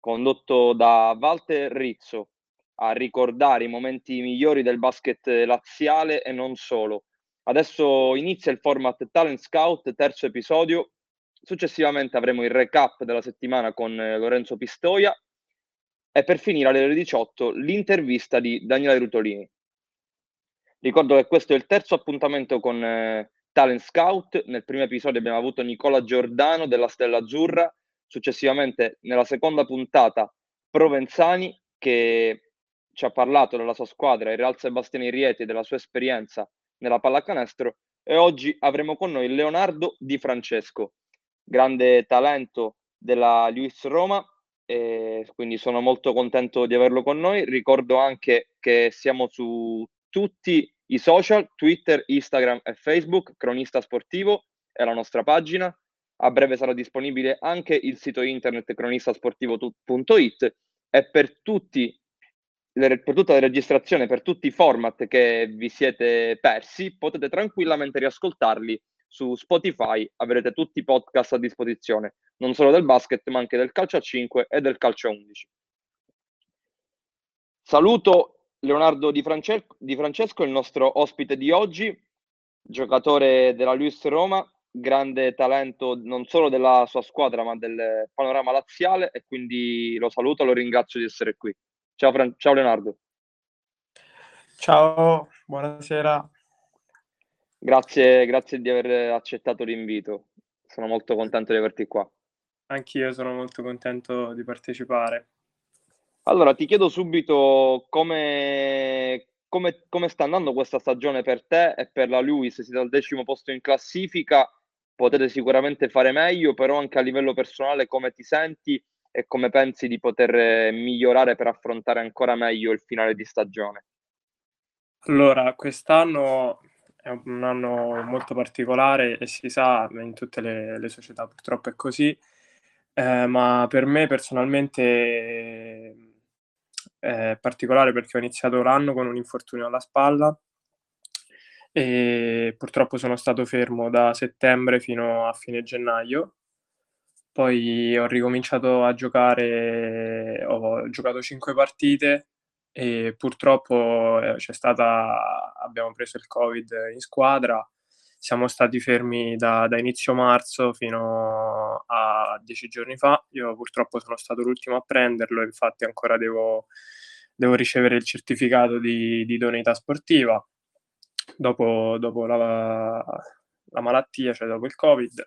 condotto da Walter Rizzo, a ricordare i momenti migliori del basket laziale e non solo. Adesso inizia il format Talent Scout, terzo episodio. Successivamente avremo il recap della settimana con Lorenzo Pistoia e per finire alle ore 18 l'intervista di Daniele Rutolini. Ricordo che questo è il terzo appuntamento con Talent Scout. Nel primo episodio abbiamo avuto Nicola Giordano della Stella Azzurra, successivamente nella seconda puntata Provenzani, che ci ha parlato della sua squadra, il Real Sebastiani Rieti, e della sua esperienza nella pallacanestro, e oggi avremo con noi Leonardo Di Francesco, grande talento della Luis Roma, e quindi sono molto contento di averlo con noi. Ricordo anche che siamo su tutti i social, Twitter, Instagram e Facebook, Cronista Sportivo è la nostra pagina. A breve sarà disponibile anche il sito internet cronistasportivo.it e per tutta la registrazione, per tutti i format che vi siete persi, potete tranquillamente riascoltarli su Spotify. Avrete tutti i podcast a disposizione, non solo del basket, ma anche del calcio a 5 e del calcio a 11. Saluto Leonardo Di Francesco, il nostro ospite di oggi, giocatore della Luis Roma, grande talento non solo della sua squadra, ma del panorama laziale, e quindi lo saluto e lo ringrazio di essere qui. Ciao Leonardo. Ciao, buonasera. Grazie di aver accettato l'invito. Sono molto contento di averti qua. Anch'io sono molto contento di partecipare. Allora, ti chiedo subito come sta andando questa stagione per te e per la Luis. Siete al 10° posto in classifica, potete sicuramente fare meglio, però anche a livello personale come ti senti e come pensi di poter migliorare per affrontare ancora meglio il finale di stagione? Allora, quest'anno è un anno molto particolare e si sa, in tutte le società purtroppo è così, ma per me personalmente è particolare perché ho iniziato l'anno con un infortunio alla spalla e purtroppo sono stato fermo da settembre fino a fine gennaio. Poi ho ricominciato a giocare, ho giocato 5 partite e purtroppo abbiamo preso il Covid in squadra, siamo stati fermi da inizio marzo fino a 10 giorni fa. Io purtroppo sono stato l'ultimo a prenderlo, infatti ancora devo ricevere il certificato di idoneità sportiva dopo la malattia, cioè dopo il Covid.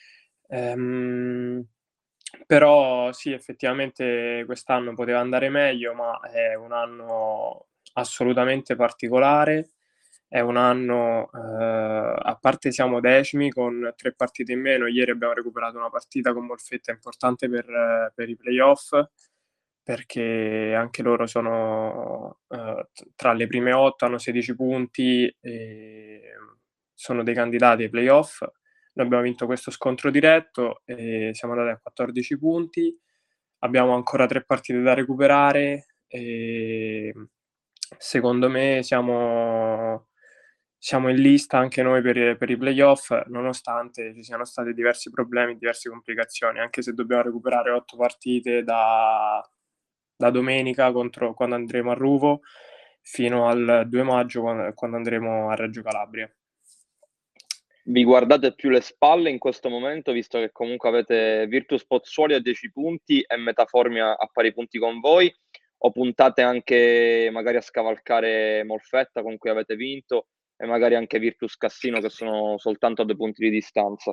Però sì, effettivamente quest'anno poteva andare meglio, ma è un anno assolutamente particolare. È un anno, a parte siamo decimi con 3 partite in meno. Ieri abbiamo recuperato una partita con Molfetta importante per i playoff, perché anche loro sono tra le prime 8, hanno 16 punti e sono dei candidati ai playoff. Noi abbiamo vinto questo scontro diretto e siamo andati a 14 punti. Abbiamo ancora 3 partite da recuperare e secondo me siamo in lista anche noi per i playoff, nonostante ci siano stati diversi problemi, diverse complicazioni, anche se dobbiamo recuperare 8 partite da domenica quando andremo a Ruvo fino al 2 maggio quando andremo a Reggio Calabria. Vi guardate più le spalle in questo momento, visto che comunque avete Virtus Pozzuoli a 10 punti e Metaformia a pari punti con voi, o puntate anche magari a scavalcare Molfetta con cui avete vinto e magari anche Virtus Cassino che sono soltanto a 2 punti di distanza?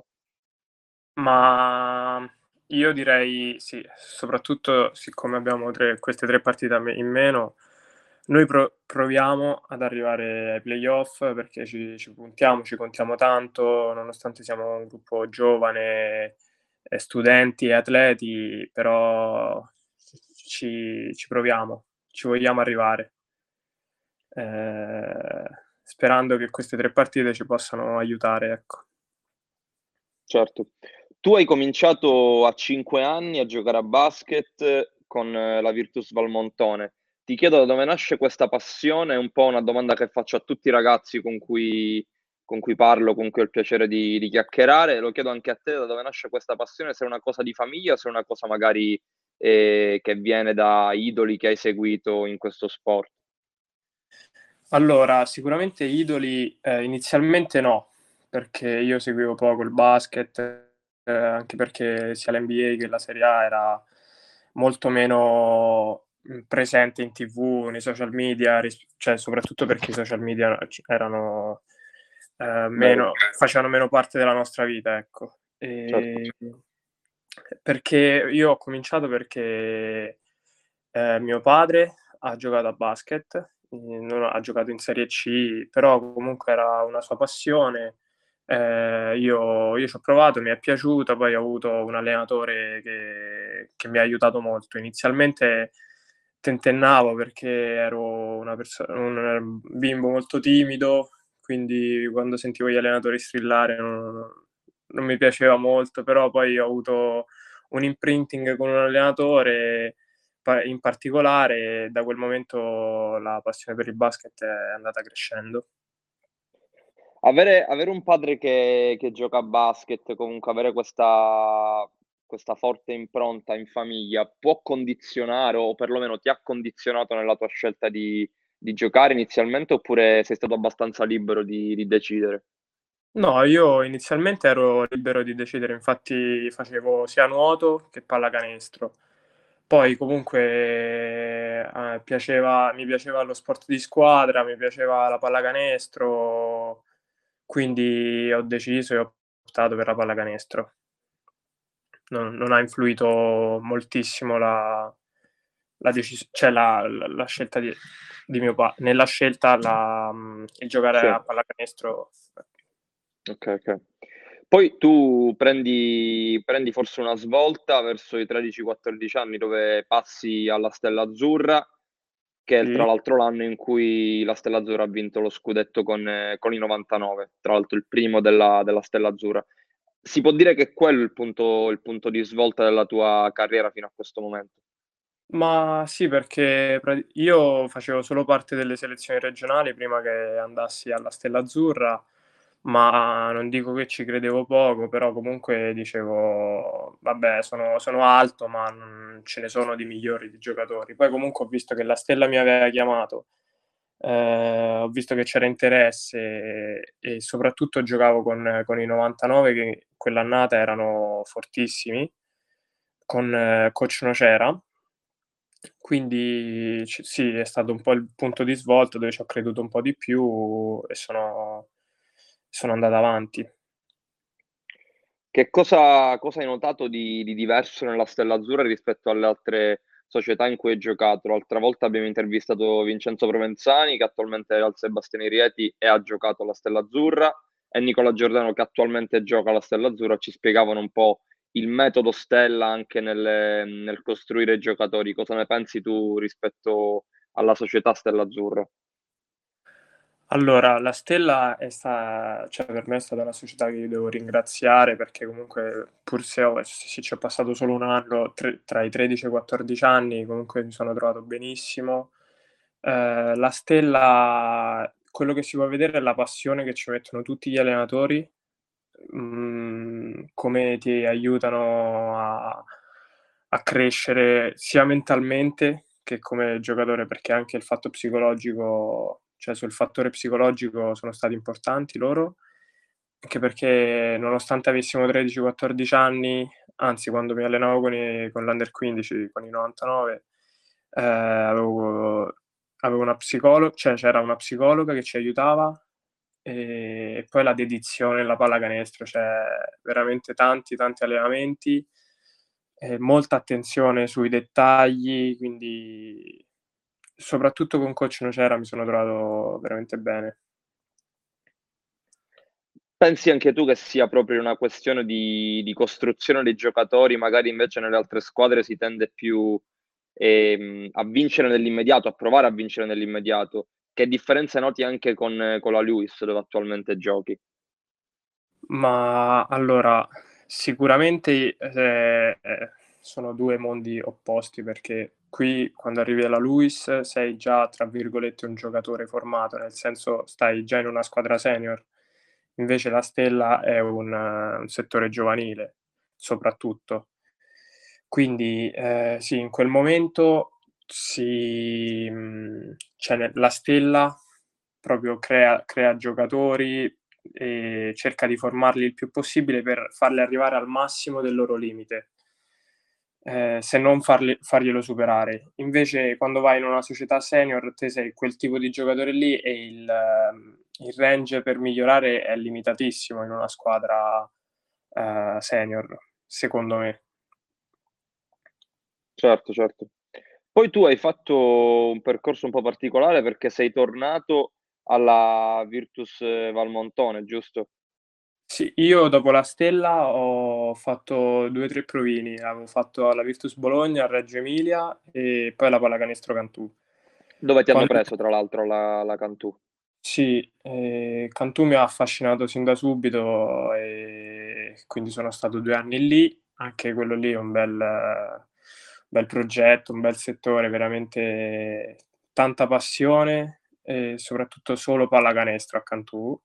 Ma io direi sì, soprattutto siccome abbiamo queste 3 partite in meno, noi proviamo ad arrivare ai playoff perché ci puntiamo, ci contiamo tanto, nonostante siamo un gruppo giovane, studenti e atleti, però ci proviamo, ci vogliamo arrivare. Sperando che queste 3 partite ci possano aiutare, ecco. Certo. Tu hai cominciato a 5 anni a giocare a basket con la Virtus Valmontone. Ti chiedo da dove nasce questa passione, è un po' una domanda che faccio a tutti i ragazzi con cui parlo, con cui ho il piacere di chiacchierare. Lo chiedo anche a te, da dove nasce questa passione, se è una cosa di famiglia o se è una cosa magari che viene da idoli che hai seguito in questo sport? Allora, sicuramente idoli, inizialmente no, perché io seguivo poco il basket, anche perché sia l'NBA che la Serie A era molto meno, presente in TV, nei social media, cioè soprattutto perché i social media erano, Vero, facevano meno parte della nostra vita, ecco. certo. Perché io ho cominciato perché, mio padre ha giocato a basket, non ha giocato in Serie C, però comunque era una sua passione. Io ci ho provato, mi è piaciuta, poi ho avuto un allenatore che mi ha aiutato molto. Inizialmente tentennavo perché ero un bimbo molto timido, quindi quando sentivo gli allenatori strillare non mi piaceva molto, però poi ho avuto un imprinting con un allenatore in particolare, e da quel momento la passione per il basket è andata crescendo. Avere un padre che gioca a basket, comunque avere questa forte impronta in famiglia può condizionare o perlomeno ti ha condizionato nella tua scelta di giocare inizialmente, oppure sei stato abbastanza libero di decidere? No, io inizialmente ero libero di decidere, infatti facevo sia nuoto che pallacanestro. Poi comunque, mi piaceva lo sport di squadra, mi piaceva la pallacanestro, quindi ho deciso e ho optato per la pallacanestro. Non ha influito moltissimo la scelta di mio pa nella scelta il giocare Sì. a pallacanestro. Okay, okay. Poi tu prendi forse una svolta verso i 13, 14 anni dove passi alla Stella Azzurra, che è tra Sì. l'altro l'anno in cui la Stella Azzurra ha vinto lo scudetto con i 99, tra l'altro il primo della Stella Azzurra. Si può dire che è quello il punto di svolta della tua carriera fino a questo momento? Ma sì, perché io facevo solo parte delle selezioni regionali prima che andassi alla Stella Azzurra, ma non dico che ci credevo poco, però comunque dicevo: "Vabbè, sono alto, ma ce ne sono di migliori di giocatori". Poi comunque ho visto che la Stella mi aveva chiamato, ho visto che c'era interesse e soprattutto giocavo con i 99 che quell'annata erano fortissimi, con coach Nocera. Quindi sì, è stato un po' il punto di svolta dove ci ho creduto un po' di più e sono andato avanti. Che cosa hai notato di diverso nella Stella Azzurra rispetto alle altre società in cui hai giocato? L'altra volta abbiamo intervistato Vincenzo Provenzani, che attualmente è al Sebastiani Rieti e ha giocato alla Stella Azzurra, e Nicola Giordano, che attualmente gioca alla Stella Azzurra. Ci spiegavano un po' il metodo Stella anche nel costruire i giocatori. Cosa ne pensi tu rispetto alla società Stella Azzurra? Allora, la Stella cioè per me è stata una società che io devo ringraziare perché comunque pur se sì, ci ho passato solo 1 anno, tra i 13 e i 14 anni, comunque mi sono trovato benissimo. La Stella, quello che si può vedere è la passione che ci mettono tutti gli allenatori, come ti aiutano a crescere sia mentalmente che come giocatore, perché anche il fatto psicologico, cioè sul fattore psicologico sono stati importanti loro, anche perché nonostante avessimo 13, 14 anni, anzi quando mi allenavo con l'Under 15, con i 99, avevo una cioè c'era una psicologa che ci aiutava, e poi la dedizione, la pallacanestro, cioè veramente tanti, tanti allenamenti e molta attenzione sui dettagli, quindi soprattutto con coach Nocera mi sono trovato veramente bene. Pensi anche tu che sia proprio una questione di costruzione dei giocatori, magari invece nelle altre squadre si tende più, a vincere nell'immediato, a provare a vincere nell'immediato. Che differenze noti anche con la Lewis dove attualmente giochi? Ma allora, sicuramente, sono 2 mondi opposti, perché qui quando arrivi alla LUISS sei già, tra virgolette, "un giocatore formato", nel senso stai già in una squadra senior. Invece la Stella è un settore giovanile, soprattutto. Quindi sì, in quel momento cioè, la Stella proprio crea giocatori e cerca di formarli il più possibile per farli arrivare al massimo del loro limite, se non farglielo superare. Invece quando vai in una società senior te sei quel tipo di giocatore lì e il range per migliorare è limitatissimo in una squadra senior, secondo me. Certo, certo. Poi tu hai fatto un percorso un po' particolare perché sei tornato alla Virtus Valmontone, giusto? Sì, io dopo la Stella ho fatto 2 o 3 provini, avevo fatto alla Virtus Bologna, a Reggio Emilia e poi alla Pallacanestro Cantù. Dove ti hanno Quando preso, tra l'altro, la Cantù. Sì, Cantù mi ha affascinato sin da subito e quindi sono stato 2 anni lì, anche quello lì è un bel progetto, un bel settore, veramente tanta passione e soprattutto solo pallacanestro a Cantù.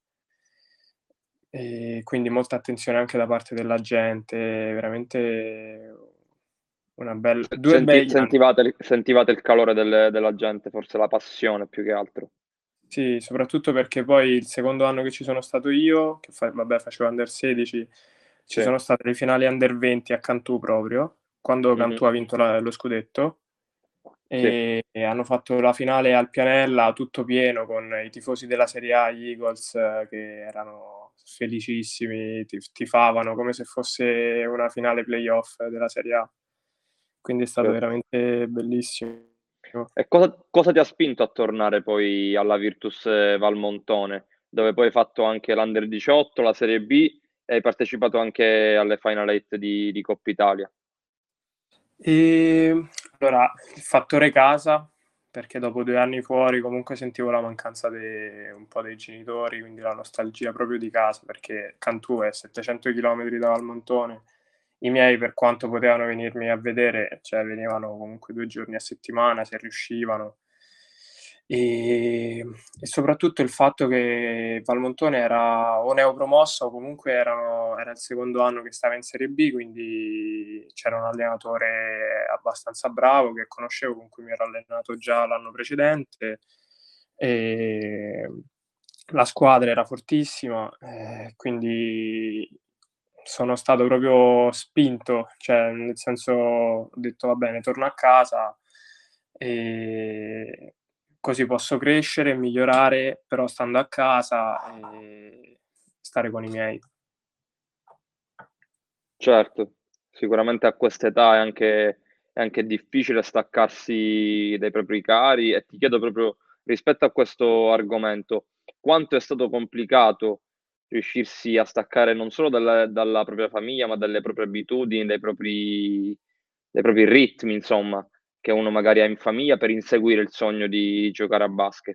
E quindi molta attenzione anche da parte della gente, veramente una bel 2 begli anni. Sentivate il calore della gente, forse la passione più che altro. Sì, soprattutto perché poi il secondo anno che ci sono stato io, che vabbè facevo under 16, ci Sì. sono state le finali under 20 a Cantù proprio, quando Mhm. Cantù ha vinto lo scudetto, Sì, e hanno fatto la finale al Pianella tutto pieno con i tifosi della Serie A, gli Eagles, che erano felicissimi, tifavano come se fosse una finale playoff della Serie A. Quindi è stato certo. veramente bellissimo. E cosa ti ha spinto a tornare poi alla Virtus Valmontone, dove poi hai fatto anche l'Under 18, la Serie B e hai partecipato anche alle Final 8 di Coppa Italia? Allora, il fattore casa, perché dopo 2 anni fuori comunque sentivo la mancanza un po' dei genitori, quindi la nostalgia proprio di casa, perché Cantù è 700 chilometri da Valmontone. I miei, per quanto potevano venirmi a vedere, cioè venivano comunque 2 giorni a settimana se riuscivano. E soprattutto il fatto che Valmontone era o neopromossa o comunque era il secondo anno che stava in Serie B, quindi c'era un allenatore abbastanza bravo che conoscevo, con cui mi ero allenato già l'anno precedente. E la squadra era fortissima, quindi sono stato proprio spinto, cioè nel senso ho detto va bene, torno a casa e così posso crescere e migliorare, però stando a casa e stare con i miei. Certo, sicuramente a quest'età è anche difficile staccarsi dai propri cari e ti chiedo proprio rispetto a questo argomento, quanto è stato complicato riuscirsi a staccare non solo dalla propria famiglia, ma dalle proprie abitudini, dai propri ritmi, insomma, che uno magari ha in famiglia per inseguire il sogno di giocare a basket.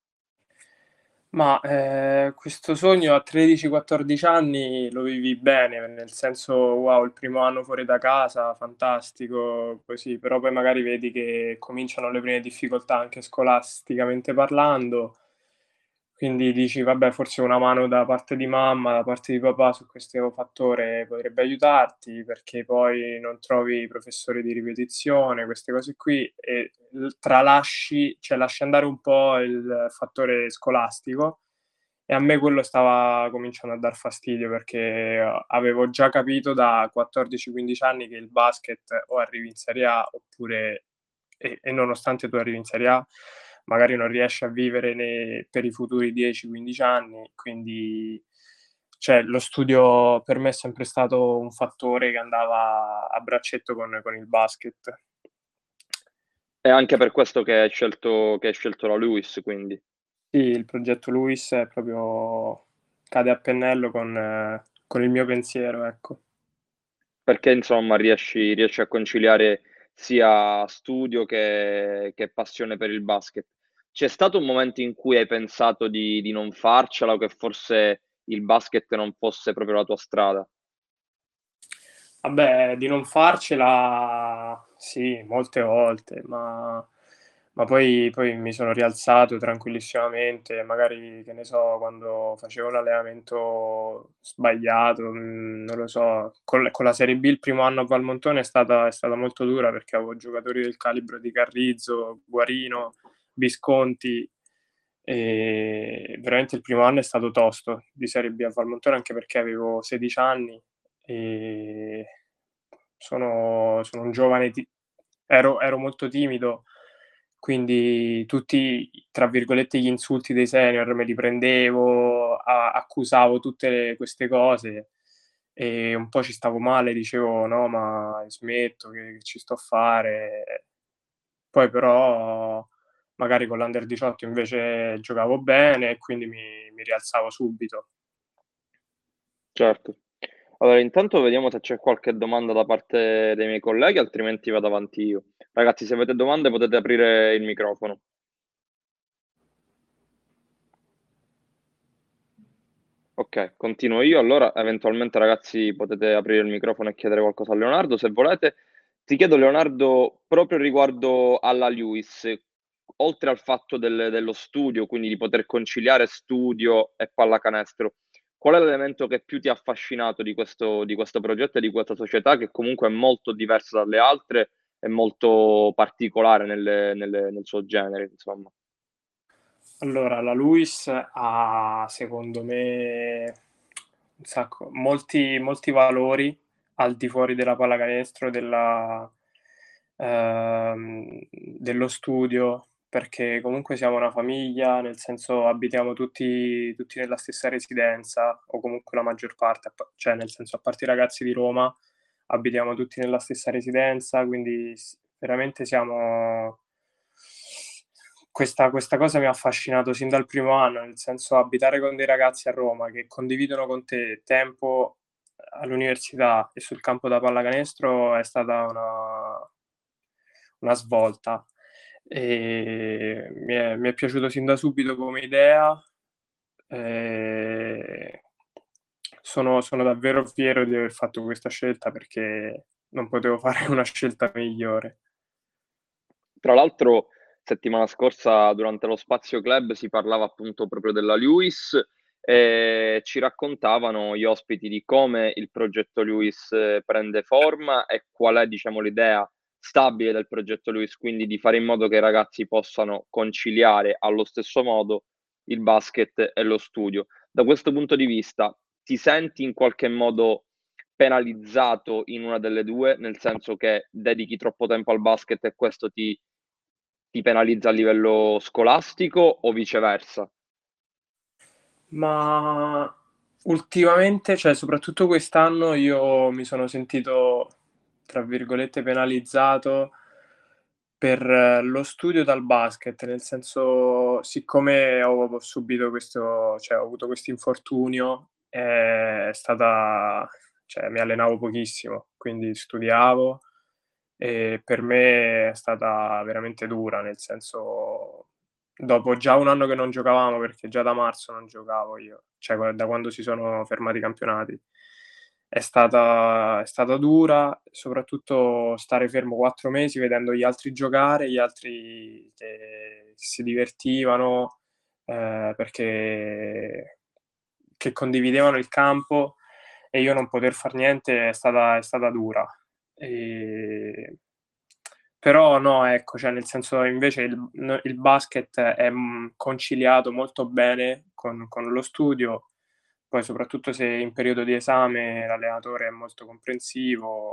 Ma, questo sogno a 13, 14 anni lo vivi bene, nel senso: "Wow, il primo anno fuori da casa, fantastico", così, però poi magari vedi che cominciano le prime difficoltà anche scolasticamente parlando, quindi dici: "Vabbè, forse una mano da parte di mamma, da parte di papà su questo fattore potrebbe aiutarti", perché poi non trovi professori di ripetizione, queste cose qui, e tralasci, cioè lasci andare un po' il fattore scolastico, e a me quello stava cominciando a dar fastidio perché avevo già capito da 14, 15 anni che il basket o arrivi in Serie A oppure, e nonostante tu arrivi in Serie A, magari non riesci a vivere per i futuri 10, 15 anni, quindi cioè lo studio per me è sempre stato un fattore che andava a braccetto con il basket. È anche per questo che hai scelto la Lewis, quindi. Sì, il progetto LUIS è proprio cade a pennello con il mio pensiero, ecco. Perché insomma riesci a conciliare sia studio che passione per il basket. C'è stato un momento in cui hai pensato di non farcela o che forse il basket non fosse proprio la tua strada? Vabbè, di non farcela sì, molte volte, ma ma poi mi sono rialzato tranquillissimamente, magari, che ne so, quando facevo un allenamento sbagliato, non lo so, con la Serie B il primo anno a Valmontone è stata molto dura perché avevo giocatori del calibro di Carrizzo, Guarino, Visconti, e veramente il primo anno è stato tosto di Serie B a Valmontone, anche perché avevo 16 anni e sono un giovane, ero molto timido, quindi tutti, tra virgolette, gli insulti dei senior me li prendevo, accusavo tutte queste cose e un po' ci stavo male, dicevo no, ma smetto, che ci sto a fare. Poi però magari con l'Under 18 invece giocavo bene e quindi mi rialzavo subito. Certo. Allora, intanto vediamo se c'è qualche domanda da parte dei miei colleghi, altrimenti vado avanti io. Ragazzi, se avete domande potete aprire il microfono. Ok, continuo io. Allora, eventualmente, ragazzi, potete aprire il microfono e chiedere qualcosa a Leonardo, se volete. Ti chiedo, Leonardo, proprio riguardo alla Lewis, oltre al fatto dello studio, quindi di poter conciliare studio e pallacanestro, qual è l'elemento che più ti ha affascinato di questo progetto e di questa società, che comunque è molto diversa dalle altre e molto particolare nel suo genere, insomma? Allora, la Lewis ha, secondo me, molti valori al di fuori della pallacanestro, dello studio, perché comunque siamo una famiglia, nel senso abitiamo tutti nella stessa residenza, o comunque la maggior parte, cioè nel senso, a parte i ragazzi di Roma, abitiamo tutti nella stessa residenza, quindi veramente siamo. Questa cosa mi ha affascinato sin dal primo anno, nel senso, abitare con dei ragazzi a Roma che condividono con te tempo all'università e sul campo da pallacanestro è stata una svolta. Mi è piaciuto sin da subito come idea. E sono davvero fiero di aver fatto questa scelta perché non potevo fare una scelta migliore. Tra l'altro, settimana scorsa durante lo Spazio Club si parlava appunto proprio della Lewis e ci raccontavano gli ospiti di come il progetto Lewis prende forma e qual è, diciamo, l'idea stabile del progetto Lewis, quindi di fare in modo che i ragazzi possano conciliare allo stesso modo il basket e lo studio. Da questo punto di vista, ti senti in qualche modo penalizzato in una delle due, nel senso che dedichi troppo tempo al basket e questo ti penalizza a livello scolastico o viceversa? Ma ultimamente, cioè soprattutto quest'anno, io mi sono sentito, tra virgolette, penalizzato per lo studio dal basket, nel senso, siccome ho subito cioè ho avuto questo infortunio, è stata, cioè mi allenavo pochissimo, quindi studiavo e per me è stata veramente dura, nel senso, dopo già un anno che non giocavamo, perché già da marzo non giocavo io, cioè da quando si sono fermati i campionati. È stata dura, soprattutto stare fermo 4 mesi vedendo gli altri giocare, gli altri che si divertivano, perché che condividevano il campo e io non poter far niente è stata dura. Ehm, Però no, ecco, cioè nel senso, invece il basket è, conciliato molto bene con lo studio, poi soprattutto se in periodo di esame l'allenatore è molto comprensivo,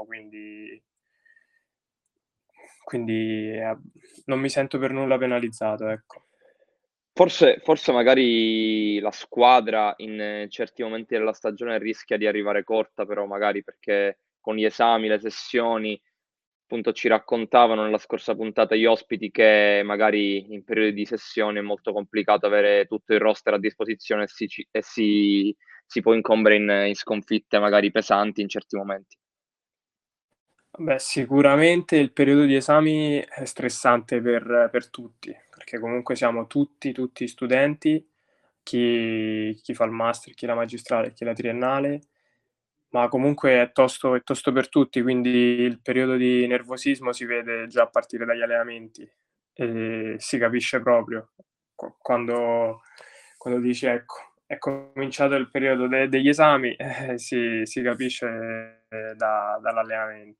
quindi non mi sento per nulla penalizzato, ecco. Forse magari la squadra in certi momenti della stagione rischia di arrivare corta, però magari perché con gli esami, le sessioni, appunto ci raccontavano nella scorsa puntata gli ospiti che magari in periodi di sessione è molto complicato avere tutto il roster a disposizione e si può incombere in sconfitte magari pesanti in certi momenti. Beh, sicuramente il periodo di esami è stressante per tutti, perché comunque siamo tutti studenti, chi fa il master, chi la magistrale, chi la triennale, ma comunque è tosto per tutti, quindi il periodo di nervosismo si vede già a partire dagli allenamenti. e si capisce proprio quando dici ecco, è cominciato il periodo degli esami, si capisce dall'allenamento.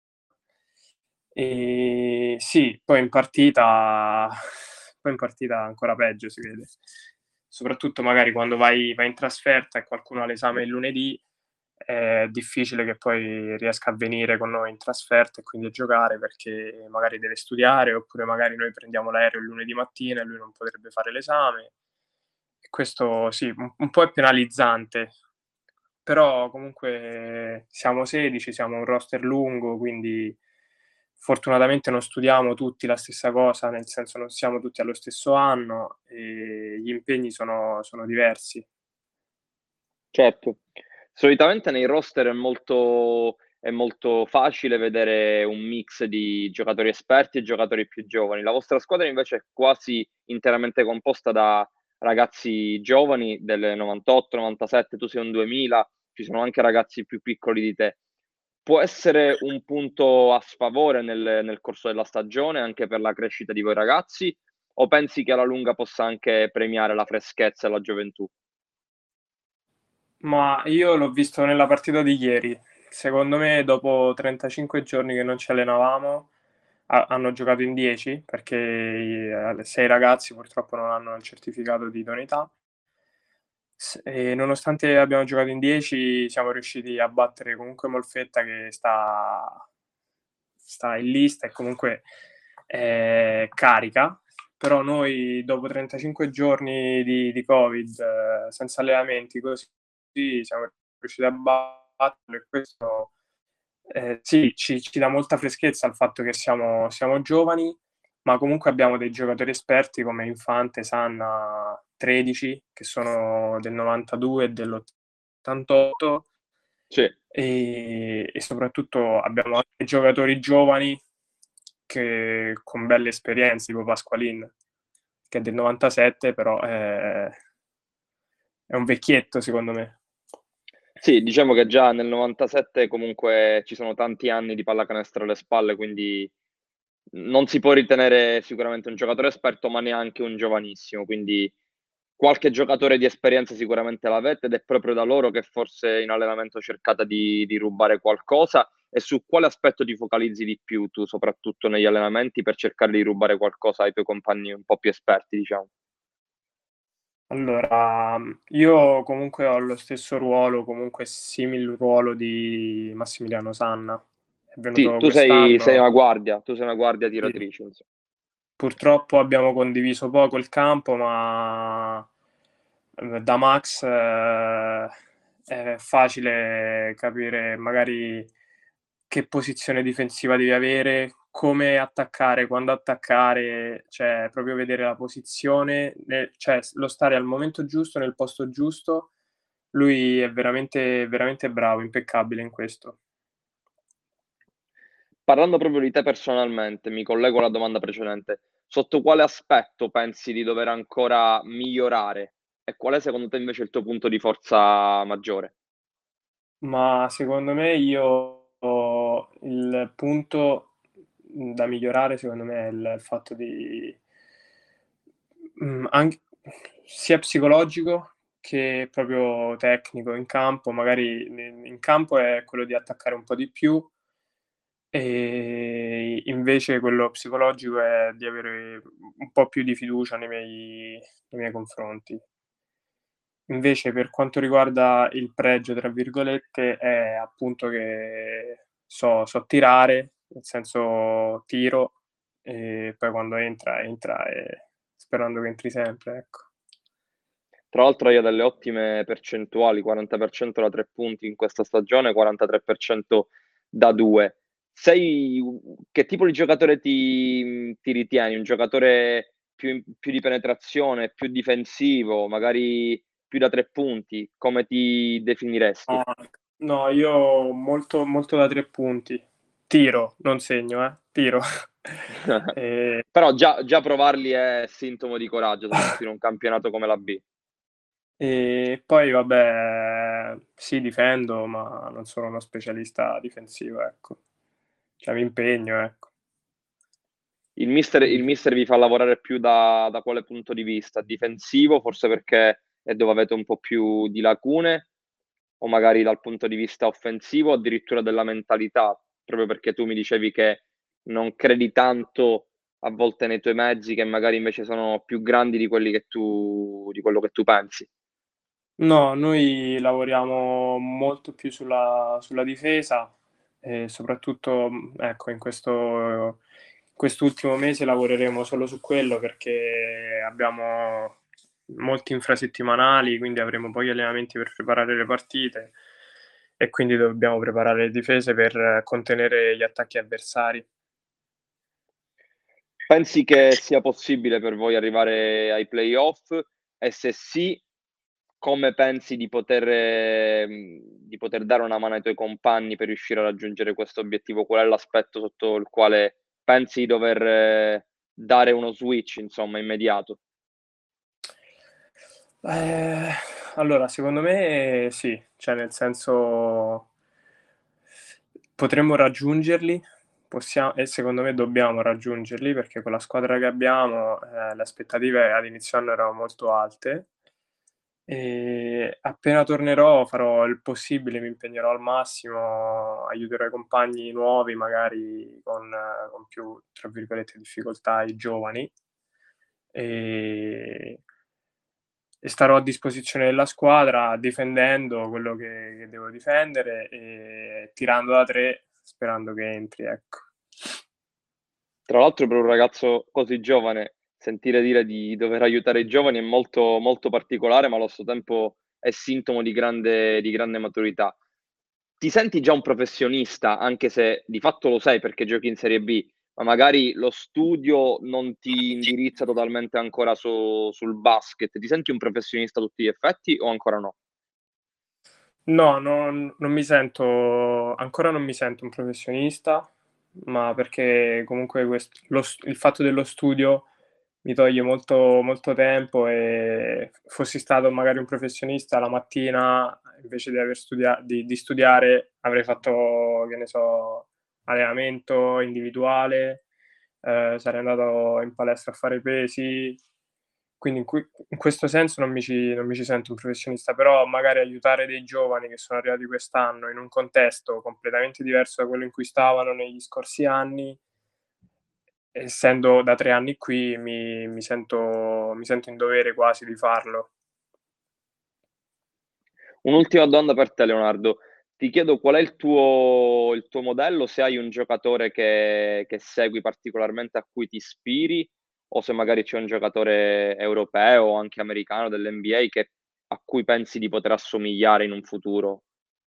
Sì, poi in partita ancora peggio si vede. Soprattutto magari quando vai in trasferta e qualcuno ha l'esame il lunedì, è difficile che poi riesca a venire con noi in trasferta e quindi a giocare perché magari deve studiare, oppure magari noi prendiamo l'aereo il lunedì mattina e lui non potrebbe fare l'esame. E questo sì, un po' è penalizzante, però comunque siamo 16, siamo un roster lungo, quindi fortunatamente non studiamo tutti la stessa cosa, nel senso non siamo tutti allo stesso anno e gli impegni sono diversi. Certo. Solitamente nei roster è molto facile vedere un mix di giocatori esperti e giocatori più giovani. La vostra squadra invece è quasi interamente composta da ragazzi giovani del 98, 97, tu sei un 2000, ci sono anche ragazzi più piccoli di te. Può essere un punto a sfavore nel corso della stagione, anche per la crescita di voi ragazzi, o pensi che alla lunga possa anche premiare la freschezza e la gioventù? Ma io l'ho visto nella partita di ieri. Secondo me, dopo 35 giorni che non ci allenavamo, hanno giocato in 10 perché 6 ragazzi purtroppo non hanno il certificato di idoneità. E nonostante abbiamo giocato in 10, siamo riusciti a battere comunque Molfetta che sta in lista e comunque è carica. Però noi dopo 35 giorni di Covid, senza allenamenti, così siamo riusciti a batterlo e questo sì, ci dà molta freschezza il fatto che siamo giovani, ma comunque abbiamo dei giocatori esperti come Infante, Sanna, 13, che sono del 92 e dell'88, Sì. e soprattutto abbiamo anche giocatori giovani con belle esperienze, tipo Pasqualin, che è del 97, però è un vecchietto secondo me. Sì, diciamo che già nel 97 comunque ci sono tanti anni di pallacanestro alle spalle, quindi non si può ritenere sicuramente un giocatore esperto, ma neanche un giovanissimo, quindi qualche giocatore di esperienza sicuramente l'avete ed è proprio da loro che forse in allenamento cercate di rubare qualcosa. E su quale aspetto ti focalizzi di più tu, soprattutto negli allenamenti, per cercare di rubare qualcosa ai tuoi compagni un po' più esperti, diciamo? Allora, io comunque ho lo stesso ruolo, comunque simil ruolo di Massimiliano Sanna. È Sì, venuto quest'anno. tu sei una guardia Sì. tiratrice, insomma. Purtroppo abbiamo condiviso poco il campo, ma da Max è facile capire magari che posizione difensiva devi avere, come attaccare, quando attaccare, cioè proprio vedere la posizione, cioè lo stare al momento giusto, nel posto giusto. Lui è veramente, veramente bravo, impeccabile in questo. Parlando proprio di te personalmente, mi collego alla domanda precedente. Sotto quale aspetto pensi di dover ancora migliorare? E qual è secondo te invece il tuo punto di forza maggiore? Ma secondo me il punto da migliorare secondo me è il fatto di anch sia psicologico che proprio tecnico in campo. Magari in campo è quello di attaccare un po' di più, invece quello psicologico è di avere un po' più di fiducia nei miei confronti. Invece per quanto riguarda il "pregio" tra virgolette, è appunto che so tirare, nel senso tiro e poi quando entra e sperando che entri sempre, ecco. Tra l'altro hai delle ottime percentuali, 40% da 3 punti in questa stagione, 43% da 2. Che tipo di giocatore ti ritieni? Un giocatore più di penetrazione, più difensivo, magari più da 3 punti? Come ti definiresti? No, no, io molto, molto da 3 punti. Tiro, non segno, tiro. Ehm Però già provarli è sintomo di coraggio, soprattutto in un campionato come la B. E poi vabbè, sì difendo, ma non sono uno specialista difensivo, ecco. Cioè mi impegno, ecco. il mister vi fa lavorare più da quale punto di vista? Difensivo, forse perché è dove avete un po' più di lacune, o magari dal punto di vista offensivo, addirittura della mentalità, proprio perché tu mi dicevi che non credi tanto a volte nei tuoi mezzi, che magari invece sono più grandi di di quello che tu pensi. No, noi lavoriamo molto più sulla difesa e soprattutto, ecco, quest'ultimo mese lavoreremo solo su quello perché abbiamo molti infrasettimanali, quindi avremo poi allenamenti per preparare le partite e quindi dobbiamo preparare le difese per contenere gli attacchi avversari. Pensi che sia possibile per voi arrivare ai playoff? E se sì, come pensi di poter dare una mano ai tuoi compagni per riuscire a raggiungere questo obiettivo? Qual è l'aspetto sotto il quale pensi di dover dare uno switch, insomma, immediato? Eh, allora, secondo me sì, cioè nel senso potremmo raggiungerli, e secondo me dobbiamo raggiungerli perché con la squadra che abbiamo le aspettative ad inizio anno erano molto alte e appena tornerò farò il possibile, mi impegnerò al massimo, aiuterò i compagni nuovi, magari con più, tra virgolette, difficoltà, i giovani. E, e starò a disposizione della squadra difendendo quello che devo difendere e tirando da tre sperando che entri, ecco. Tra l'altro per un ragazzo così giovane, sentire dire di dover aiutare i giovani è molto, molto particolare, ma allo stesso tempo è sintomo di grande maturità. Ti senti già un professionista, anche se di fatto lo sei perché giochi in Serie B, ma magari lo studio non ti indirizza totalmente ancora sul basket. Ti senti un professionista a tutti gli effetti o ancora no? No, non mi sento ancora non mi sento un professionista, ma perché comunque il fatto dello studio mi toglie molto, molto tempo e fossi stato magari un professionista la mattina, invece di aver di studiare, avrei fatto, che ne so, allenamento individuale, sarei andato in palestra a fare pesi, quindi in questo senso non mi ci sento un professionista, però magari aiutare dei giovani che sono arrivati quest'anno in un contesto completamente diverso da quello in cui stavano negli scorsi anni, essendo da 3 anni qui mi sento in dovere quasi di farlo. Un'ultima domanda per te, Leonardo. Ti chiedo qual è il tuo modello, se hai un giocatore che segui particolarmente, a cui ti ispiri, o se magari c'è un giocatore europeo o anche americano dell'NBA a cui pensi di poter assomigliare in un futuro.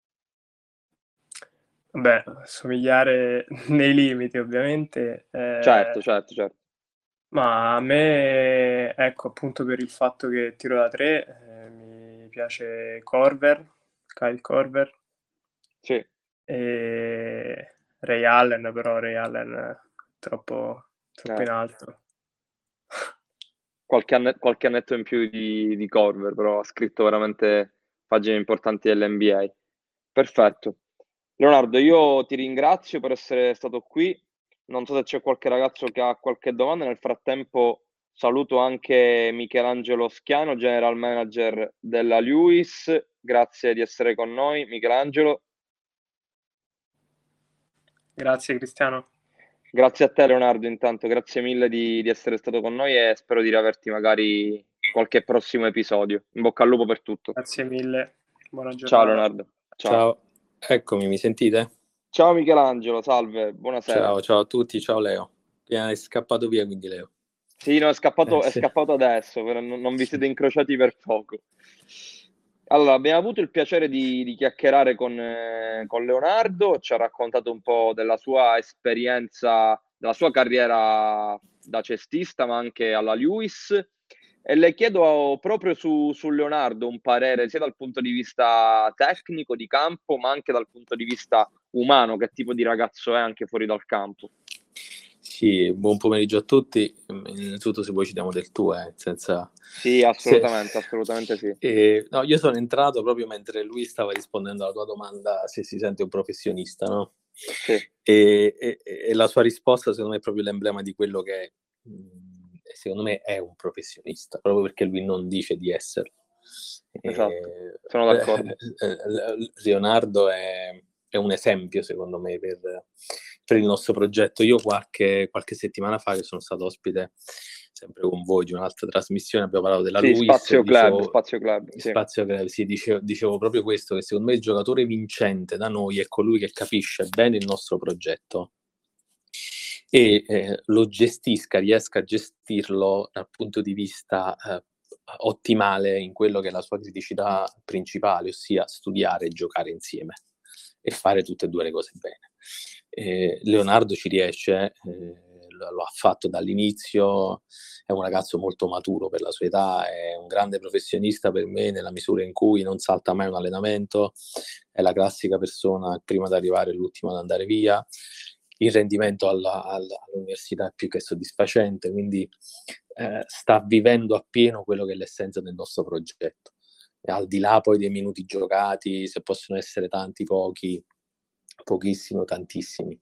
Beh, somigliare nei limiti ovviamente, Certo, certo, certo. ma a me, ecco, appunto per il fatto che tiro da 3, mi piace Kyle Korver, Sì, e Ray Allen, però Ray Allen è troppo eh. in alto. Qualche annetto in più di Corver, però ha scritto veramente pagine importanti dell'NBA. Perfetto. Leonardo, io ti ringrazio per essere stato qui. Non so se c'è qualche ragazzo che ha qualche domanda. Nel frattempo saluto anche Michelangelo Schiano, General Manager della Lewis. Grazie di essere con noi, Michelangelo. Grazie Cristiano, Grazie a te, Leonardo, intanto. Grazie mille di essere stato con noi e spero di riaverti magari qualche prossimo episodio. In bocca al lupo per tutto. grazie mille, buona Ciao, giornata. Leonardo. Ciao. Ciao, eccomi, mi sentite? Ciao Michelangelo, salve, buonasera. Ciao a tutti, ciao Leo. È scappato via quindi Leo. Sì, no, è Sì. scappato adesso, però non vi siete incrociati per poco. Allora, abbiamo avuto il piacere di chiacchierare con Leonardo, ci ha raccontato un po' della sua esperienza, della sua carriera da cestista, ma anche alla Lewis. E le chiedo proprio su Leonardo un parere sia dal punto di vista tecnico, di campo, ma anche dal punto di vista umano, che tipo di ragazzo è anche fuori dal campo. Sì, buon pomeriggio a tutti. Innanzitutto se poi ci diamo del tuo, senza... Sì, assolutamente, assolutamente sì. No, io sono entrato proprio mentre lui stava rispondendo alla tua domanda se si sente un professionista, no? Sì. E la sua risposta secondo me è proprio l'emblema di quello che secondo me è un professionista, proprio perché lui non dice di esserlo. Esatto, sono d'accordo. Leonardo è un esempio secondo me per il nostro progetto. Io qualche settimana fa, che sono stato ospite sempre con voi di un'altra trasmissione, abbiamo parlato della Luis, Spazio Club, sì. Spazio Club, sì, dicevo proprio questo, che secondo me il giocatore vincente da noi è colui che capisce bene il nostro progetto e lo riesca a gestirlo dal punto di vista ottimale in quello che è la sua criticità principale, ossia studiare e giocare insieme e fare tutte e due le cose bene. Leonardo ci riesce, lo ha fatto dall'inizio, è un ragazzo molto maturo per la sua età, è un grande professionista per me nella misura in cui non salta mai un allenamento, è la classica persona prima di arrivare e l'ultima ad andare via. Il rendimento all'università è più che soddisfacente, quindi sta vivendo appieno quello che è l'essenza del nostro progetto. E al di là poi dei minuti giocati, se possono essere tanti, pochi, pochissimo, tantissimi,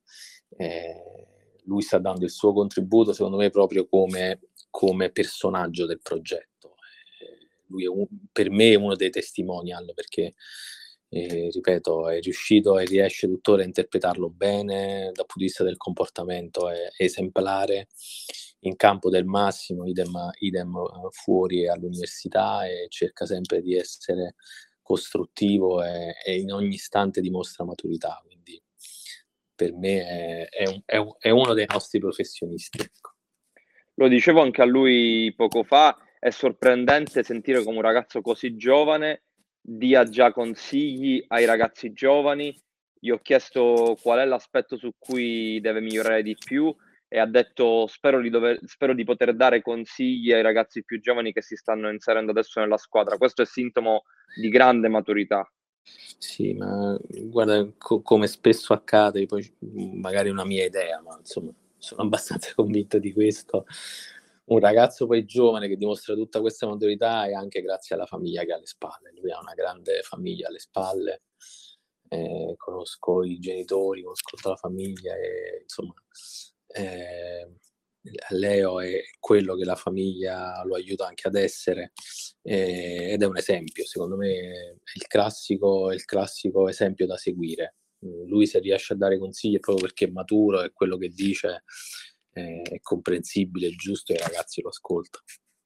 lui sta dando il suo contributo, secondo me, proprio come personaggio del progetto. Lui per me è uno dei testimonial, perché ripeto, è riuscito e riesce tuttora a interpretarlo bene dal punto di vista del comportamento, è esemplare in campo del massimo, idem fuori all'università, e cerca sempre di essere costruttivo e in ogni istante dimostra maturità, quindi per me è uno dei nostri professionisti. Lo dicevo anche a lui poco fa, è sorprendente sentire come un ragazzo così giovane dia già consigli ai ragazzi giovani. Gli ho chiesto qual è l'aspetto su cui deve migliorare di più e ha detto spero di poter dare consigli ai ragazzi più giovani che si stanno inserendo adesso nella squadra. Questo è sintomo di grande maturità. Sì, ma guarda, come spesso accade, poi magari è una mia idea, ma insomma sono abbastanza convinto di questo. Un ragazzo poi giovane che dimostra tutta questa maturità è anche grazie alla famiglia che ha alle spalle. Lui ha una grande famiglia alle spalle, conosco i genitori, conosco tutta la famiglia e insomma Leo è quello che la famiglia lo aiuta anche ad essere, ed è un esempio, secondo me è il classico esempio da seguire. Lui, se riesce a dare consigli è proprio perché è maturo e quello che dice è comprensibile, è giusto, e i ragazzi lo ascoltano.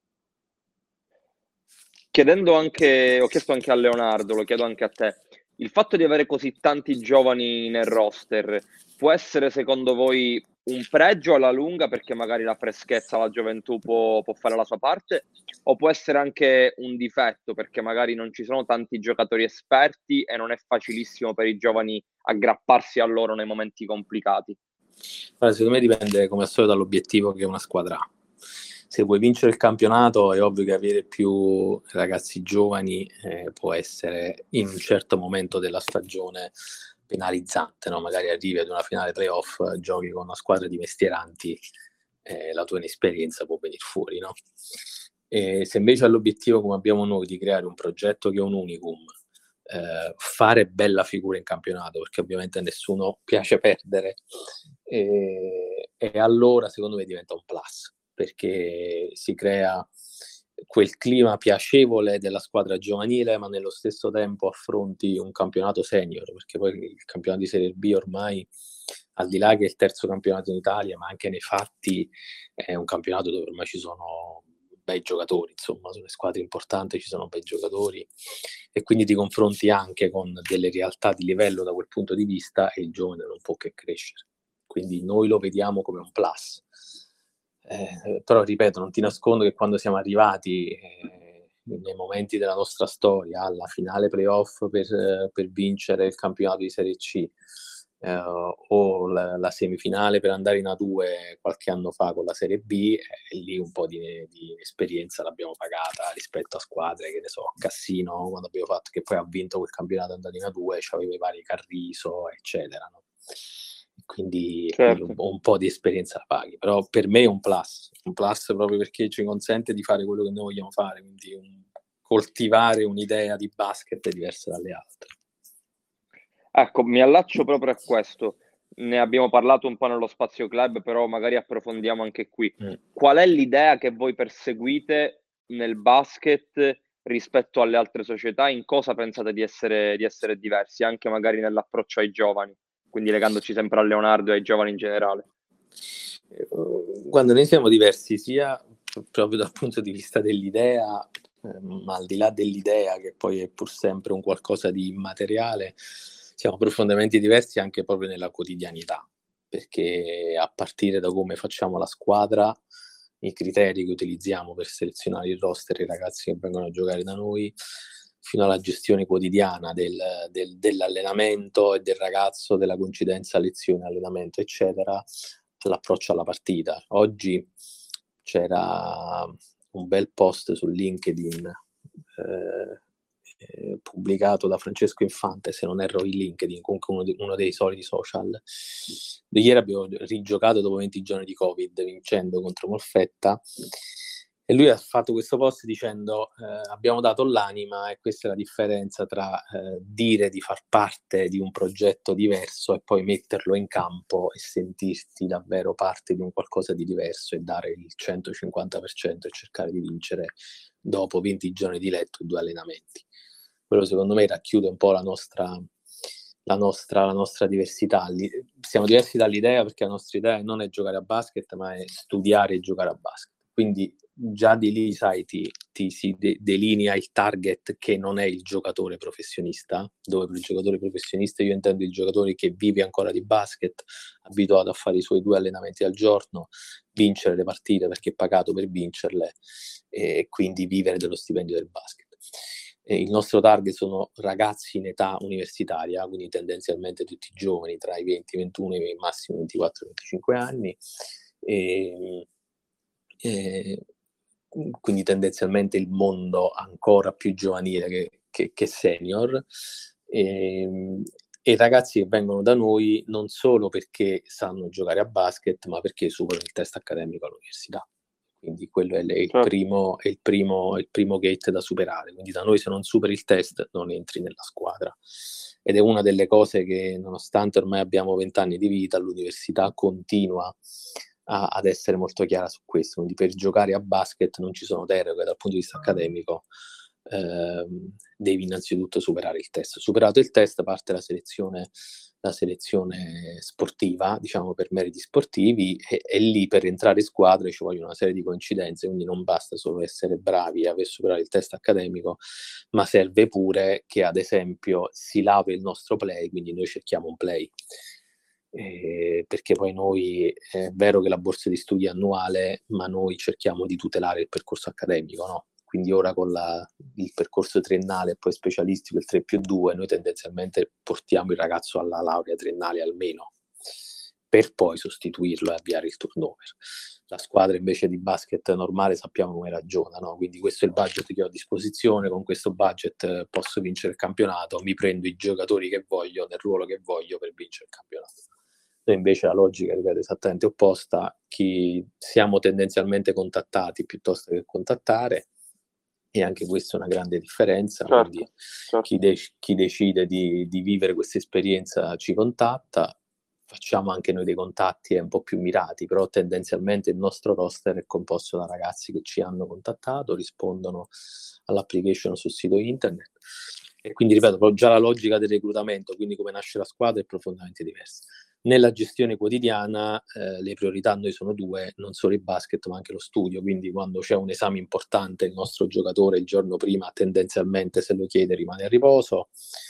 Ho chiesto anche a Leonardo, lo chiedo anche a te, il fatto di avere così tanti giovani nel roster può essere secondo voi un pregio alla lunga perché magari la freschezza, la gioventù può fare la sua parte, o può essere anche un difetto perché magari non ci sono tanti giocatori esperti e non è facilissimo per i giovani aggrapparsi a loro nei momenti complicati? Allora, secondo me dipende come al solito dall'obiettivo che una squadra ha. Se vuoi vincere il campionato è ovvio che avere più ragazzi giovani può essere in un certo momento della stagione penalizzante, no? Magari arrivi ad una finale playoff, giochi con una squadra di mestieranti, la tua inesperienza può venire fuori, no? E se invece hai l'obiettivo, come abbiamo noi, di creare un progetto che è un unicum, fare bella figura in campionato, perché ovviamente a nessuno piace perdere, e allora secondo me diventa un plus, perché si crea quel clima piacevole della squadra giovanile, ma nello stesso tempo affronti un campionato senior, perché poi il campionato di Serie B ormai, al di là che è il terzo campionato in Italia, ma anche nei fatti è un campionato dove ormai ci sono bei giocatori, insomma, sulle squadre importanti ci sono bei giocatori, e quindi ti confronti anche con delle realtà di livello da quel punto di vista, e il giovane non può che crescere. Quindi noi lo vediamo come un plus. Però ripeto, non ti nascondo che quando siamo arrivati nei momenti della nostra storia alla finale playoff per vincere il campionato di Serie C, o la semifinale per andare in A2 qualche anno fa con la Serie B, lì un po' di esperienza l'abbiamo pagata rispetto a squadre, che ne so, Cassino, quando abbiamo fatto, che poi ha vinto quel campionato andato in A2, c'aveva i vari Carriso, eccetera, no? Quindi, Certo. quindi un po' di esperienza la paghi, però per me è un plus proprio perché ci consente di fare quello che noi vogliamo fare, quindi coltivare un'idea di basket diversa dalle altre. Ecco, mi allaccio proprio a questo. ne abbiamo parlato un po' nello Spazio Club, però magari approfondiamo anche qui. Qual è l'idea che voi perseguite nel basket rispetto alle altre società? In cosa pensate di essere diversi, anche magari nell'approccio ai giovani? Quindi legandoci sempre a Leonardo e ai giovani in generale. Quando noi siamo diversi sia proprio dal punto di vista dell'idea, ma al di là dell'idea, che poi è pur sempre un qualcosa di immateriale, siamo profondamente diversi anche proprio nella quotidianità, perché a partire da come facciamo la squadra, i criteri che utilizziamo per selezionare il roster, i ragazzi che vengono a giocare da noi, fino alla gestione quotidiana dell'allenamento e del ragazzo, della coincidenza lezione-allenamento, eccetera, all'approccio alla partita. Oggi c'era un bel post su LinkedIn pubblicato da Francesco Infante, se non erro in LinkedIn, comunque uno dei soliti social. Ieri abbiamo rigiocato dopo 20 giorni di Covid, vincendo contro Molfetta, e lui ha fatto questo post dicendo abbiamo dato l'anima, e questa è la differenza tra dire di far parte di un progetto diverso e poi metterlo in campo e sentirti davvero parte di un qualcosa di diverso e dare il 150% e cercare di vincere dopo 20 giorni di letto e 2 allenamenti. Quello secondo me racchiude un po' la nostra diversità. Siamo diversi dall'idea, perché la nostra idea non è giocare a basket, ma è studiare e giocare a basket. Quindi già di lì, sai, si delinea il target, che non è il giocatore professionista, dove per il giocatore professionista io intendo il giocatore che vive ancora di basket, abituato a fare i suoi 2 allenamenti al giorno, vincere le partite perché è pagato per vincerle, e quindi vivere dello stipendio del basket. Il nostro target sono ragazzi in età universitaria, quindi tendenzialmente tutti giovani, tra i 20 e i 21 e i massimo 24-25 anni, quindi tendenzialmente il mondo ancora più giovanile che senior, e i ragazzi che vengono da noi non solo perché sanno giocare a basket, ma perché superano il test accademico all'università. Quindi quello è il primo gate da superare. Quindi da noi, se non superi il test, non entri nella squadra. Ed è una delle cose che, nonostante ormai abbiamo 20 anni di vita, l'università continua ad essere molto chiara su questo. Quindi per giocare a basket non ci sono deroghe dal punto di vista accademico. Devi innanzitutto superare il test. Superato il test parte la selezione sportiva, diciamo, per meriti sportivi, e lì per entrare in squadra ci vogliono una serie di coincidenze, quindi non basta solo essere bravi e aver superato il test accademico, ma serve pure che, ad esempio, si lavi il nostro play, quindi noi cerchiamo un play. Perché poi noi, è vero che la borsa di studio è annuale, ma noi cerchiamo di tutelare il percorso accademico, no? Quindi ora con il percorso triennale e poi specialistico, il 3+2, noi tendenzialmente portiamo il ragazzo alla laurea triennale almeno, per poi sostituirlo e avviare il turnover. La squadra invece di basket normale sappiamo come ragiona, no? Quindi questo è il budget che ho a disposizione, con questo budget posso vincere il campionato, mi prendo i giocatori che voglio, nel ruolo che voglio, per vincere il campionato. Noi invece la logica, ripeto, è esattamente opposta: siamo tendenzialmente contattati piuttosto che contattare, e anche questa è una grande differenza. Certo, quindi certo. chi decide di vivere questa esperienza ci contatta, facciamo anche noi dei contatti un po' più mirati, però tendenzialmente il nostro roster è composto da ragazzi che ci hanno contattato, rispondono all'application sul sito internet, e quindi, ripeto, già la logica del reclutamento, quindi come nasce la squadra, è profondamente diversa. Nella gestione quotidiana le priorità noi sono 2, non solo il basket ma anche lo studio, quindi quando c'è un esame importante il nostro giocatore il giorno prima tendenzialmente, se lo chiede, rimane a riposo,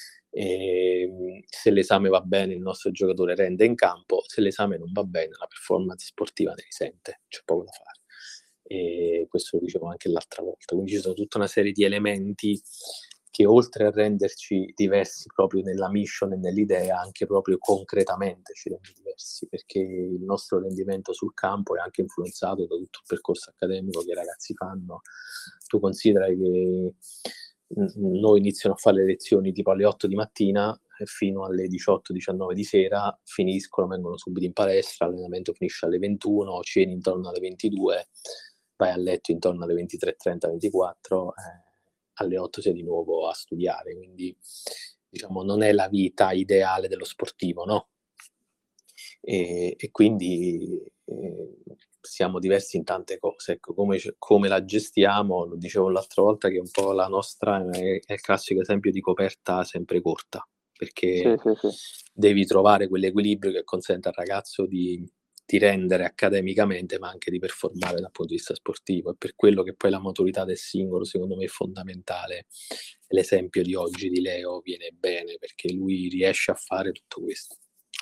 e se l'esame va bene il nostro giocatore rende in campo, se l'esame non va bene la performance sportiva ne risente, c'è poco da fare. E questo lo dicevo anche l'altra volta. Quindi ci sono tutta una serie di elementi che, oltre a renderci diversi proprio nella mission e nell'idea, anche proprio concretamente ci rende diversi, perché il nostro rendimento sul campo è anche influenzato da tutto il percorso accademico che i ragazzi fanno. Tu considera che noi iniziano a fare le lezioni tipo alle 8 di mattina fino alle 18-19 di sera, finiscono, vengono subito in palestra, l'allenamento finisce alle 21, ceni intorno alle 22, vai a letto intorno alle 23:30-24, alle 8 sei di nuovo a studiare. Quindi, diciamo, non è la vita ideale dello sportivo, no? e quindi siamo diversi in tante cose. Ecco, come la gestiamo, lo dicevo l'altra volta, che un po' la nostra è il classico esempio di coperta sempre corta, perché sì. devi trovare quell'equilibrio che consente al ragazzo di rendere accademicamente, ma anche di performare dal punto di vista sportivo. E per quello che poi la maturità del singolo, secondo me, è fondamentale. L'esempio di oggi di Leo viene bene, perché lui riesce a fare tutto questo.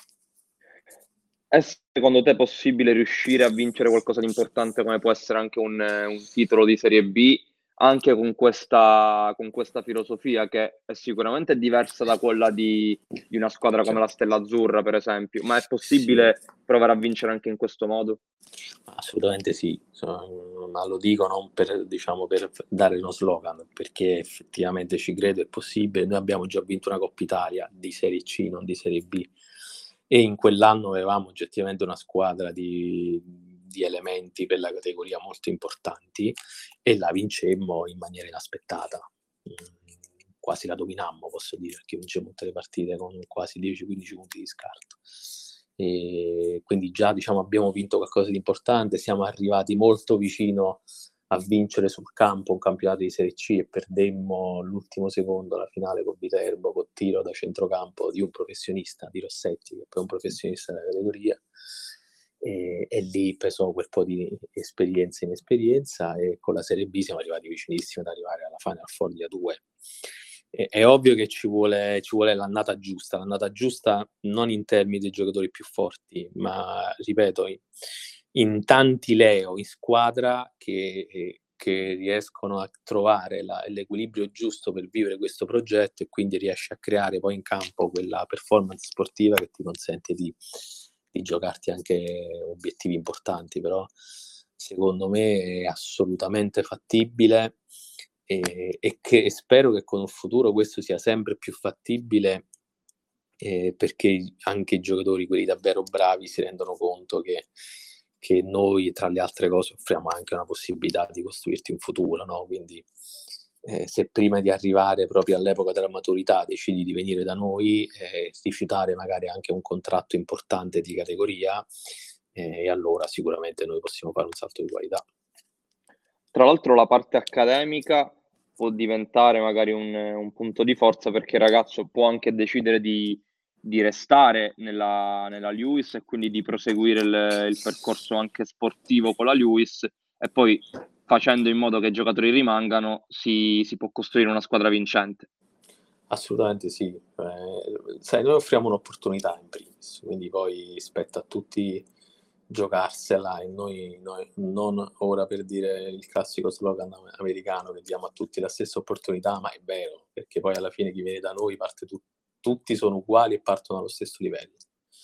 È secondo te possibile riuscire a vincere qualcosa di importante come può essere anche un titolo di Serie B, anche con questa filosofia che è sicuramente diversa da quella di una squadra come la Stella Azzurra, per esempio, ma è possibile provare a vincere anche in questo modo? Assolutamente sì, ma lo dico non per, diciamo, per dare uno slogan, perché effettivamente ci credo, è possibile. Noi abbiamo già vinto una Coppa Italia di Serie C, non di Serie B, e in quell'anno avevamo oggettivamente una squadra di elementi per la categoria molto importanti, e la vincemmo in maniera inaspettata. Quasi la dominammo, posso dire, perché vincemmo tutte le partite con quasi 10-15 punti di scarto. E quindi già, diciamo, abbiamo vinto qualcosa di importante, siamo arrivati molto vicino a vincere sul campo un campionato di Serie C, e perdemmo l'ultimo secondo la finale con Viterbo, con tiro da centrocampo di un professionista, di Rossetti, che poi è un professionista della categoria, e lì pesò quel po' di esperienza in esperienza, e con la Serie B siamo arrivati vicinissimi ad arrivare alla Final Four di A2. È ovvio che ci vuole l'annata giusta non in termini di giocatori più forti, ma ripeto, in tanti Leo in squadra che riescono a trovare l'equilibrio giusto per vivere questo progetto, e quindi riesce a creare poi in campo quella performance sportiva che ti consente di giocarti anche obiettivi importanti. Però secondo me è assolutamente fattibile, e che spero che con il futuro questo sia sempre più fattibile, perché anche i giocatori, quelli davvero bravi, si rendono conto che noi, tra le altre cose, offriamo anche una possibilità di costruirti un futuro, no? Quindi se prima di arrivare proprio all'epoca della maturità decidi di venire da noi, rifiutare magari anche un contratto importante di categoria, e allora sicuramente noi possiamo fare un salto di qualità. Tra l'altro la parte accademica può diventare magari un punto di forza, perché il ragazzo può anche decidere di restare nella Lewis, e quindi di proseguire il percorso anche sportivo con la Lewis, e poi facendo in modo che i giocatori rimangano si può costruire una squadra vincente. Assolutamente sì. Sai, noi offriamo un'opportunità in primis, quindi poi spetta a tutti giocarsela, e noi non, ora per dire il classico slogan americano, che diamo a tutti la stessa opportunità, ma è vero, perché poi alla fine chi viene da noi parte tutti sono uguali e partono allo stesso livello.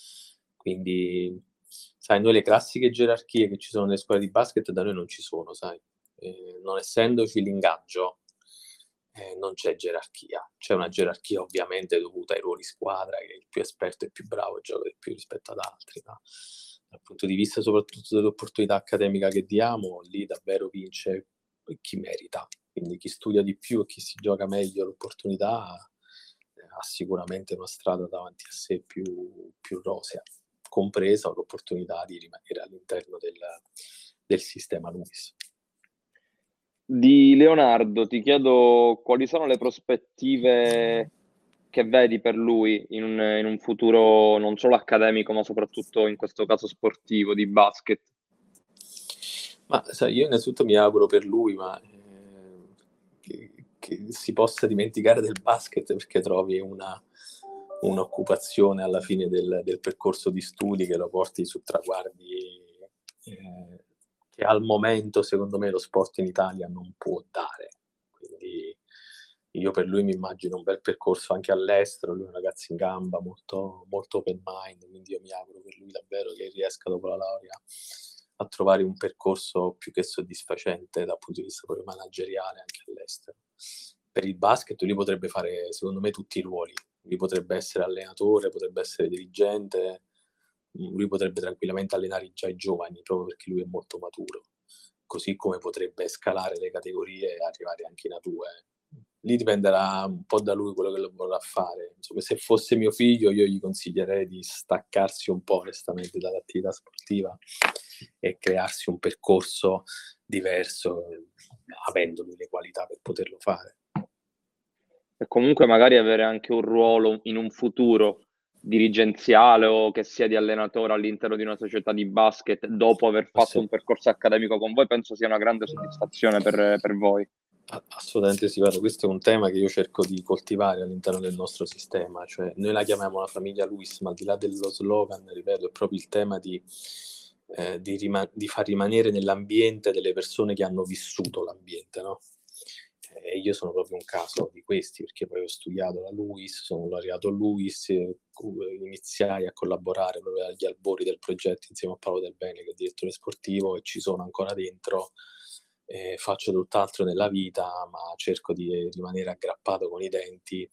Quindi, sai, noi le classiche gerarchie che ci sono nelle scuole di basket da noi non ci sono, sai. Non essendoci l'ingaggio, non c'è gerarchia. C'è una gerarchia ovviamente dovuta ai ruoli squadra, che il più esperto e più bravo gioca di più rispetto ad altri, ma dal punto di vista soprattutto dell'opportunità accademica che diamo, lì davvero vince chi merita. Quindi chi studia di più e chi si gioca meglio l'opportunità ha sicuramente una strada davanti a sé più rosea, compresa l'opportunità di rimanere all'interno del sistema LUIS. Di Leonardo ti chiedo quali sono le prospettive che vedi per lui in un futuro non solo accademico, ma soprattutto in questo caso sportivo, di basket. Ma sai, io innanzitutto mi auguro per lui, ma che si possa dimenticare del basket, perché trovi un'occupazione alla fine del percorso di studi che lo porti su traguardi che al momento, secondo me, lo sport in Italia non può dare. Quindi io per lui mi immagino un bel percorso anche all'estero. Lui è un ragazzo in gamba, molto, molto open mind, quindi io mi auguro per lui davvero che riesca dopo la laurea a trovare un percorso più che soddisfacente dal punto di vista proprio manageriale anche all'estero. Per il basket lui potrebbe fare, secondo me, tutti i ruoli. Lui potrebbe essere allenatore, potrebbe essere dirigente, lui potrebbe tranquillamente allenare già i giovani, proprio perché lui è molto maturo, così come potrebbe scalare le categorie e arrivare anche in A2. lì dipenderà un po' da lui quello che lo vorrà fare. Insomma, se fosse mio figlio, io gli consiglierei di staccarsi un po' onestamente dall'attività sportiva e crearsi un percorso diverso, avendo le qualità per poterlo fare. E comunque magari avere anche un ruolo in un futuro dirigenziale o che sia di allenatore all'interno di una società di basket dopo aver fatto un percorso accademico con voi, penso sia una grande soddisfazione per voi. Assolutamente sì, guarda, questo è un tema che io cerco di coltivare all'interno del nostro sistema, cioè noi la chiamiamo la famiglia Lewis, ma al di là dello slogan, ripeto, è proprio il tema di far rimanere nell'ambiente delle persone che hanno vissuto l'ambiente, no? E io sono proprio un caso di questi, perché poi ho studiato la Lewis, sono laureato a Lewis, iniziai a collaborare proprio agli albori del progetto insieme a Paolo Del Bene, che è direttore sportivo, e ci sono ancora dentro. Faccio tutt'altro nella vita, ma cerco di rimanere aggrappato con i denti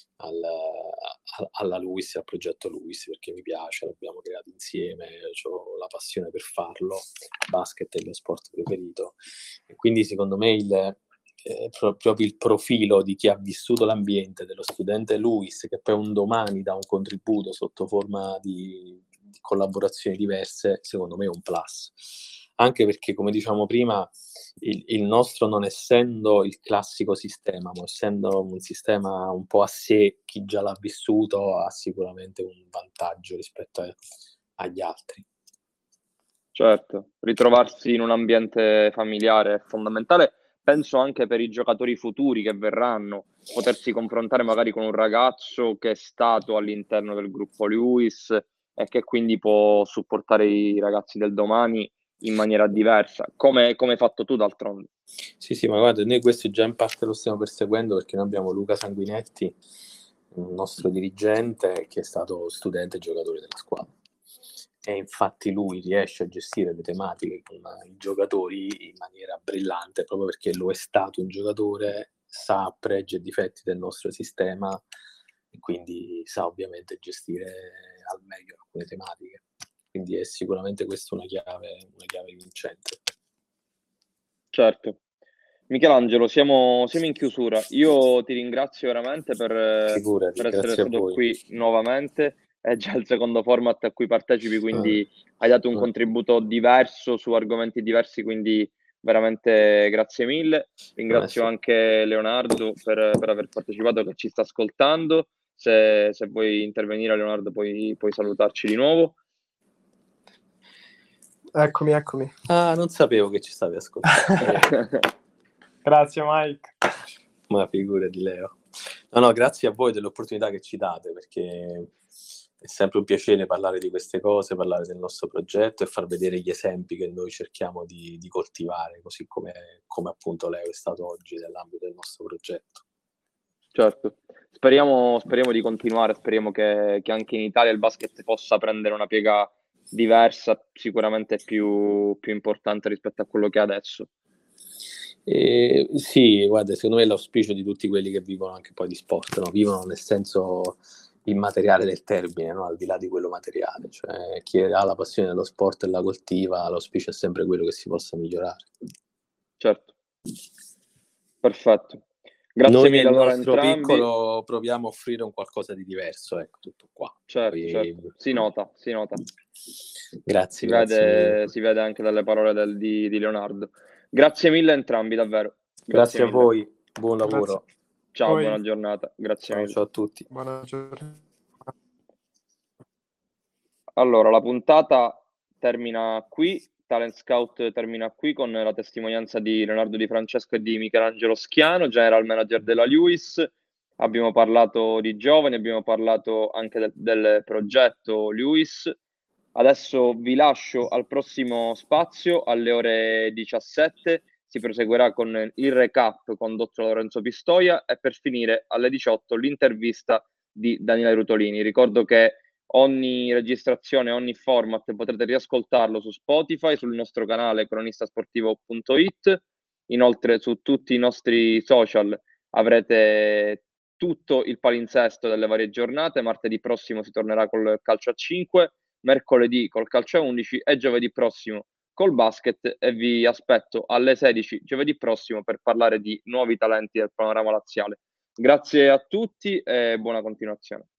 alla Lewis e al progetto Lewis, perché mi piace, l'abbiamo creato insieme, ho la passione per farlo, il basket è il mio sport preferito, e quindi secondo me proprio il profilo di chi ha vissuto l'ambiente dello studente Lewis, che poi un domani dà un contributo sotto forma di collaborazioni diverse, secondo me è un plus. Anche perché, come diciamo prima, il nostro, non essendo il classico sistema, ma essendo un sistema un po' a sé, chi già l'ha vissuto ha sicuramente un vantaggio rispetto agli altri. Certo, ritrovarsi in un ambiente familiare è fondamentale, penso anche per i giocatori futuri che verranno, potersi confrontare magari con un ragazzo che è stato all'interno del gruppo Lewis e che quindi può supportare i ragazzi del domani in maniera diversa, come hai fatto tu d'altronde. Sì, ma guarda, noi questo già in parte lo stiamo perseguendo, perché noi abbiamo Luca Sanguinetti, il nostro dirigente, che è stato studente e giocatore della squadra. E infatti lui riesce a gestire le tematiche con i giocatori in maniera brillante, proprio perché lo è stato un giocatore, sa pregi e difetti del nostro sistema e quindi sa ovviamente gestire al meglio alcune tematiche. Quindi è sicuramente questa una chiave vincente. Certo. Michelangelo, siamo in chiusura. Io ti ringrazio veramente Figurati, per essere grazie a stato voi. qui nuovamente. È già il secondo format a cui partecipi, quindi hai dato un contributo diverso su argomenti diversi, quindi veramente grazie mille. Ringrazio anche Leonardo per aver partecipato, che ci sta ascoltando. Se vuoi intervenire, Leonardo, puoi salutarci di nuovo. Eccomi. Ah, non sapevo che ci stavi ascoltando. Grazie Mike. Ma figurati, Leo. No, grazie a voi dell'opportunità che ci date, perché è sempre un piacere parlare di queste cose, parlare del nostro progetto e far vedere gli esempi che noi cerchiamo di coltivare, così come appunto Leo è stato oggi nell'ambito del nostro progetto. Certo, speriamo di continuare, speriamo che anche in Italia il basket possa prendere una piega diversa, sicuramente più importante rispetto a quello che è adesso. Sì, guarda, secondo me è l'auspicio di tutti quelli che vivono anche poi di sport, no? Vivono nel senso immateriale del termine, no? Al di là di quello materiale, cioè chi ha la passione dello sport e la coltiva, l'auspicio è sempre quello che si possa migliorare. Certo, perfetto. Grazie Noi mille nel allora nostro entrambi. piccolo proviamo a offrire un qualcosa di diverso, ecco, tutto qua. Certo. Si nota. Grazie. Si vede anche dalle parole di Leonardo. Grazie mille entrambi, davvero. Grazie a mille. voi, buon lavoro. Ciao, buona giornata. Grazie mille. Ciao a tutti. Buona giornata. Allora, la puntata termina qui, Talent Scout termina qui con la testimonianza di Leonardo Di Francesco e di Michelangelo Schiano, general manager della Lewis. Abbiamo parlato di giovani, abbiamo parlato anche del progetto Lewis. Adesso vi lascio al prossimo spazio alle ore 17. Si proseguirà con il recap condotto da Lorenzo Pistoia e per finire alle 18 l'intervista di Daniele Rutolini. Ricordo che ogni registrazione, ogni format potrete riascoltarlo su Spotify, sul nostro canale cronistasportivo.it. Inoltre su tutti i nostri social avrete tutto il palinsesto delle varie giornate. Martedì prossimo si tornerà col calcio a 5, mercoledì col calcio a 11 e giovedì prossimo col basket e vi aspetto alle 16 giovedì prossimo per parlare di nuovi talenti del panorama laziale. Grazie a tutti e buona continuazione.